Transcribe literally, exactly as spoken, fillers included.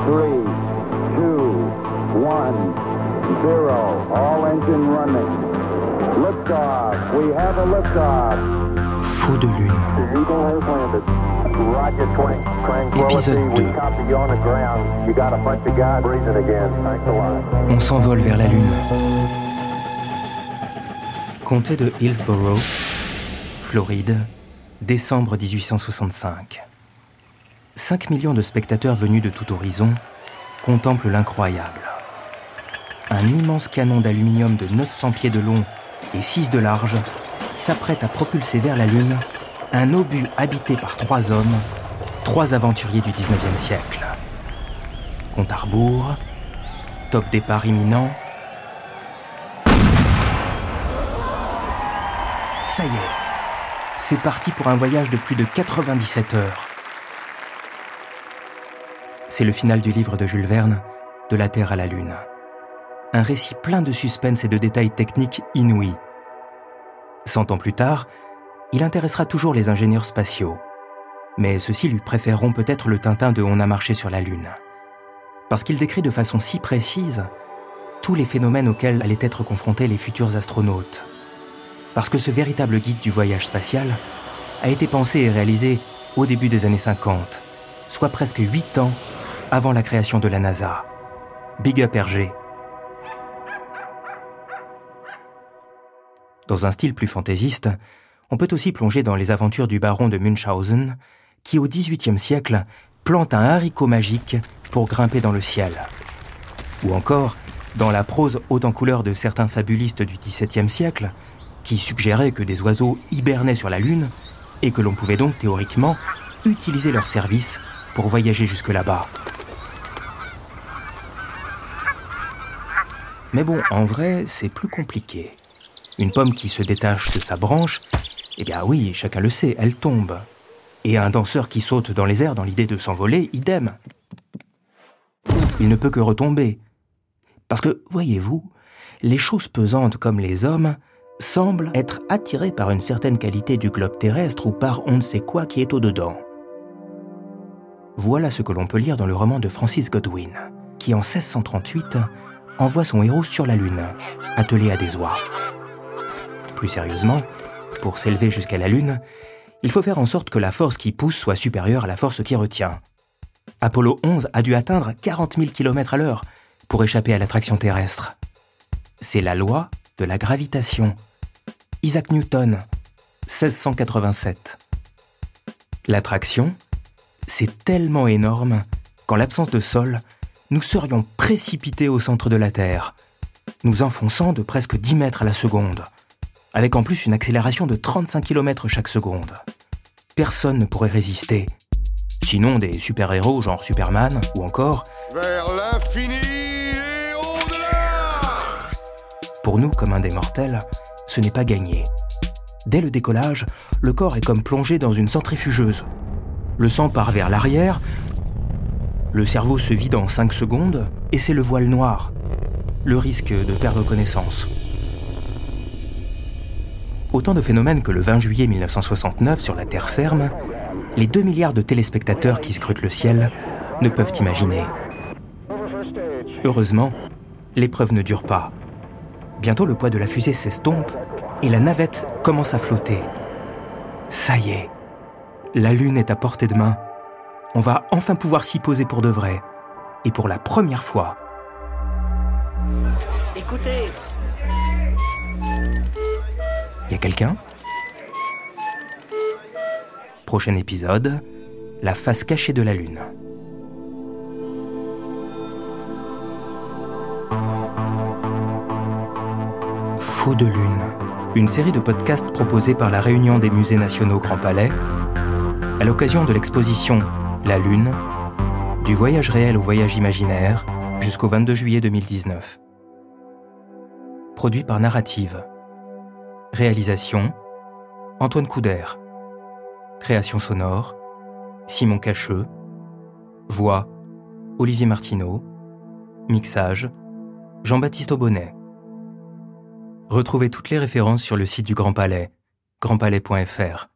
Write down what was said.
three, two, one, zero. All engine running. Liftoff. We have a liftoff. Faux de lune. The Eagle has landed. Roger, twenty. Épisode deux. We copy you on the ground. You got a bunch of guys breathing again. Thanks a lot. On s'envole vers la lune. Comté de Hillsborough, Floride, décembre dix-huit cent soixante-cinq. cinq millions de spectateurs venus de tout horizon contemplent l'incroyable. Un immense canon d'aluminium de neuf cents pieds de long et six de large s'apprête à propulser vers la Lune un obus habité par trois hommes, trois aventuriers du dix-neuvième siècle. Compte à rebours, top départ imminent. Ça y est, c'est parti pour un voyage de plus de quatre-vingt-dix-sept heures. C'est le final du livre de Jules Verne, De la Terre à la Lune. Un récit plein de suspense et de détails techniques inouïs. Cent ans plus tard, il intéressera toujours les ingénieurs spatiaux. Mais ceux-ci lui préféreront peut-être le Tintin de On a marché sur la Lune. Parce qu'il décrit de façon si précise tous les phénomènes auxquels allaient être confrontés les futurs astronautes. Parce que ce véritable guide du voyage spatial a été pensé et réalisé au début des années cinquante, soit presque huit ans avant la création de la NASA. Big up Hergé. Dans un style plus fantaisiste, on peut aussi plonger dans les aventures du baron de Munchausen, qui au dix-huitième siècle plante un haricot magique pour grimper dans le ciel. Ou encore dans la prose haute en couleur de certains fabulistes du dix-septième siècle, qui suggéraient que des oiseaux hibernaient sur la Lune et que l'on pouvait donc théoriquement utiliser leurs services pour voyager jusque là-bas. Mais bon, en vrai, c'est plus compliqué. Une pomme qui se détache de sa branche, eh bien oui, chacun le sait, elle tombe. Et un danseur qui saute dans les airs dans l'idée de s'envoler, idem. Il ne peut que retomber. Parce que, voyez-vous, les choses pesantes comme les hommes semblent être attirées par une certaine qualité du globe terrestre ou par on ne sait quoi qui est au-dedans. Voilà ce que l'on peut lire dans le roman de Francis Godwin, qui en seize cent trente-huit envoie son héros sur la Lune, attelé à des oies. Plus sérieusement, pour s'élever jusqu'à la Lune, il faut faire en sorte que la force qui pousse soit supérieure à la force qui retient. Apollo onze a dû atteindre quarante mille kilomètres à l'heure pour échapper à l'attraction terrestre. C'est la loi de la gravitation. Isaac Newton, seize cent quatre-vingt-sept. L'attraction, c'est tellement énorme qu'en l'absence de sol, nous serions précipités au centre de la Terre, nous enfonçant de presque dix mètres à la seconde, avec en plus une accélération de trente-cinq kilomètres chaque seconde. Personne ne pourrait résister. Sinon des super-héros genre Superman ou encore vers l'infini et au-delà. Pour nous, comme un des mortels, ce n'est pas gagné. Dès le décollage, le corps est comme plongé dans une centrifugeuse. Le sang part vers l'arrière, le cerveau se vide en cinq secondes et c'est le voile noir. Le risque de perdre connaissance. Autant de phénomènes que le vingt juillet mille neuf cent soixante-neuf sur la terre ferme, les deux milliards de téléspectateurs qui scrutent le ciel ne peuvent imaginer. Heureusement, l'épreuve ne dure pas. Bientôt le poids de la fusée s'estompe et la navette commence à flotter. Ça y est, la Lune est à portée de main. On va enfin pouvoir s'y poser pour de vrai. Et pour la première fois. Écoutez. Y a quelqu'un ? Prochain épisode, la face cachée de la Lune. Faux de Lune, une série de podcasts proposés par la Réunion des musées nationaux Grand Palais, à l'occasion de l'exposition La Lune, du voyage réel au voyage imaginaire, jusqu'au vingt-deux juillet deux mille dix-neuf. Produit par Narrative. Réalisation, Antoine Coudert. Création sonore, Simon Cacheux. Voix, Olivier Martineau. Mixage, Jean-Baptiste Aubonnet. Retrouvez toutes les références sur le site du Grand Palais, grand palais point f r.